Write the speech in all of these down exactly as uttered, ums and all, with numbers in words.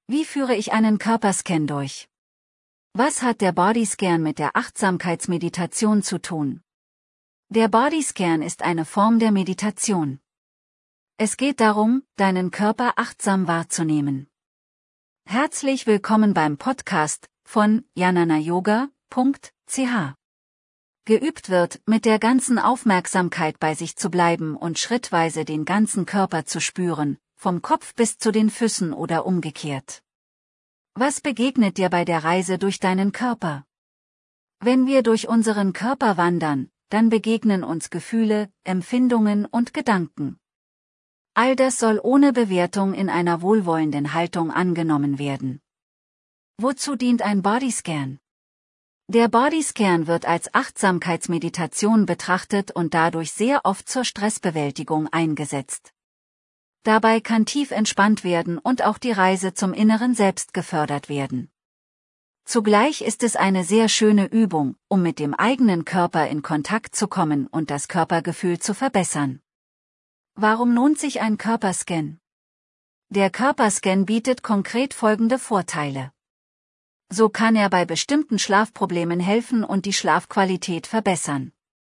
Wie führe ich einen Körperscan durch? Was hat der Bodyscan mit der Achtsamkeitsmeditation zu tun? Der Bodyscan ist eine Form der Meditation. Es geht darum, deinen Körper achtsam wahrzunehmen. Herzlich willkommen beim Podcast von janana yoga punkt c h. Geübt wird, mit der ganzen Aufmerksamkeit bei sich zu bleiben und schrittweise den ganzen Körper zu spüren, vom Kopf bis zu den Füßen oder umgekehrt. Was begegnet dir bei der Reise durch deinen Körper? Wenn wir durch unseren Körper wandern, dann begegnen uns Gefühle, Empfindungen und Gedanken. All das soll ohne Bewertung in einer wohlwollenden Haltung angenommen werden. Wozu dient ein Bodyscan? Der Bodyscan wird als Achtsamkeitsmeditation betrachtet und dadurch sehr oft zur Stressbewältigung eingesetzt. Dabei kann tief entspannt werden und auch die Reise zum inneren Selbst gefördert werden. Zugleich ist es eine sehr schöne Übung, um mit dem eigenen Körper in Kontakt zu kommen und das Körpergefühl zu verbessern. Warum lohnt sich ein Körperscan? Der Körperscan bietet konkret folgende Vorteile. So kann er bei bestimmten Schlafproblemen helfen und die Schlafqualität verbessern.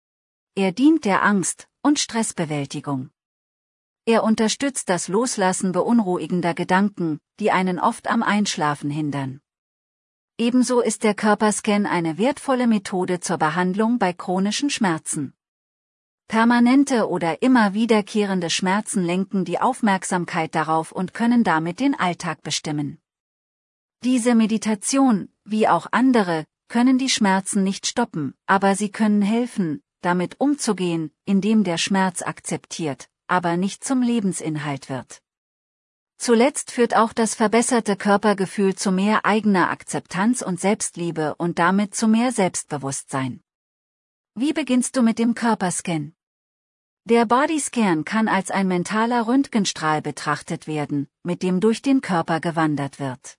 Er dient der Angst- und Stressbewältigung. Er unterstützt das Loslassen beunruhigender Gedanken, die einen oft am Einschlafen hindern. Ebenso ist der Körperscan eine wertvolle Methode zur Behandlung bei chronischen Schmerzen. Permanente oder immer wiederkehrende Schmerzen lenken die Aufmerksamkeit darauf und können damit den Alltag bestimmen. Diese Meditation, wie auch andere, können die Schmerzen nicht stoppen, aber sie können helfen, damit umzugehen, indem der Schmerz akzeptiert, aber nicht zum Lebensinhalt wird. Zuletzt führt auch das verbesserte Körpergefühl zu mehr eigener Akzeptanz und Selbstliebe und damit zu mehr Selbstbewusstsein. Wie beginnst du mit dem Körperscan? Der Bodyscan kann als ein mentaler Röntgenstrahl betrachtet werden, mit dem durch den Körper gewandert wird.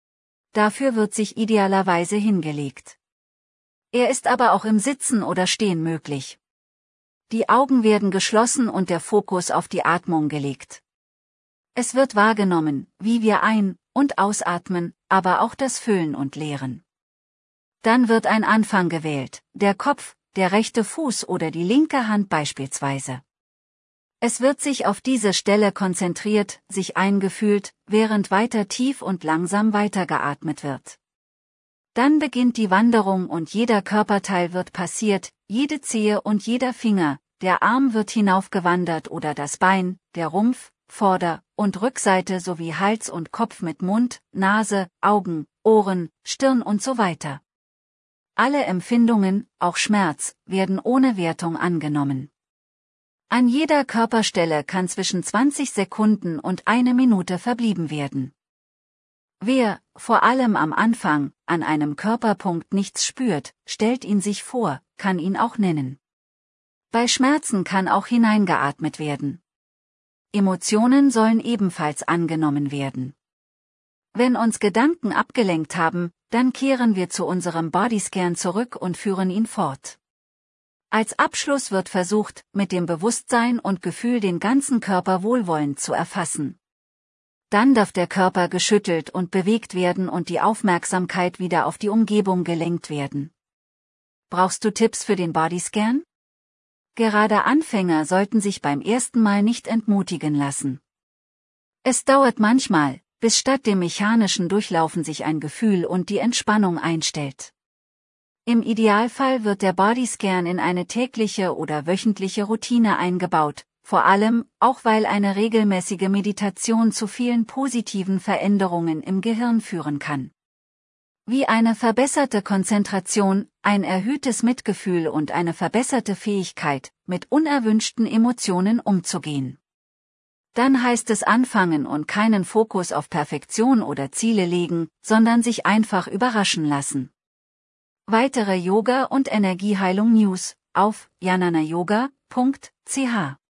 Dafür wird sich idealerweise hingelegt. Er ist aber auch im Sitzen oder Stehen möglich. Die Augen werden geschlossen und der Fokus auf die Atmung gelegt. Es wird wahrgenommen, wie wir ein- und ausatmen, aber auch das Füllen und Leeren. Dann wird ein Anfang gewählt, der Kopf, der rechte Fuß oder die linke Hand beispielsweise. Es wird sich auf diese Stelle konzentriert, sich eingefühlt, während weiter tief und langsam weitergeatmet wird. Dann beginnt die Wanderung und jeder Körperteil wird passiert, jede Zehe und jeder Finger, der Arm wird hinaufgewandert oder das Bein, der Rumpf, Vorder- und Rückseite sowie Hals und Kopf mit Mund, Nase, Augen, Ohren, Stirn und so weiter. Alle Empfindungen, auch Schmerz, werden ohne Wertung angenommen. An jeder Körperstelle kann zwischen zwanzig Sekunden und eine Minute verblieben werden. Wer, vor allem am Anfang, an einem Körperpunkt nichts spürt, stellt ihn sich vor, kann ihn auch nennen. Bei Schmerzen kann auch hineingeatmet werden. Emotionen sollen ebenfalls angenommen werden. Wenn uns Gedanken abgelenkt haben, dann kehren wir zu unserem Bodyscan zurück und führen ihn fort. Als Abschluss wird versucht, mit dem Bewusstsein und Gefühl den ganzen Körper wohlwollend zu erfassen. Dann darf der Körper geschüttelt und bewegt werden und die Aufmerksamkeit wieder auf die Umgebung gelenkt werden. Brauchst du Tipps für den Bodyscan? Gerade Anfänger sollten sich beim ersten Mal nicht entmutigen lassen. Es dauert manchmal, bis statt dem mechanischen Durchlaufen sich ein Gefühl und die Entspannung einstellt. Im Idealfall wird der Bodyscan in eine tägliche oder wöchentliche Routine eingebaut, vor allem, auch weil eine regelmäßige Meditation zu vielen positiven Veränderungen im Gehirn führen kann. Wie eine verbesserte Konzentration, ein erhöhtes Mitgefühl und eine verbesserte Fähigkeit, mit unerwünschten Emotionen umzugehen. Dann heißt es anfangen und keinen Fokus auf Perfektion oder Ziele legen, sondern sich einfach überraschen lassen. Weitere Yoga- und Energieheilung-News auf janana yoga punkt c h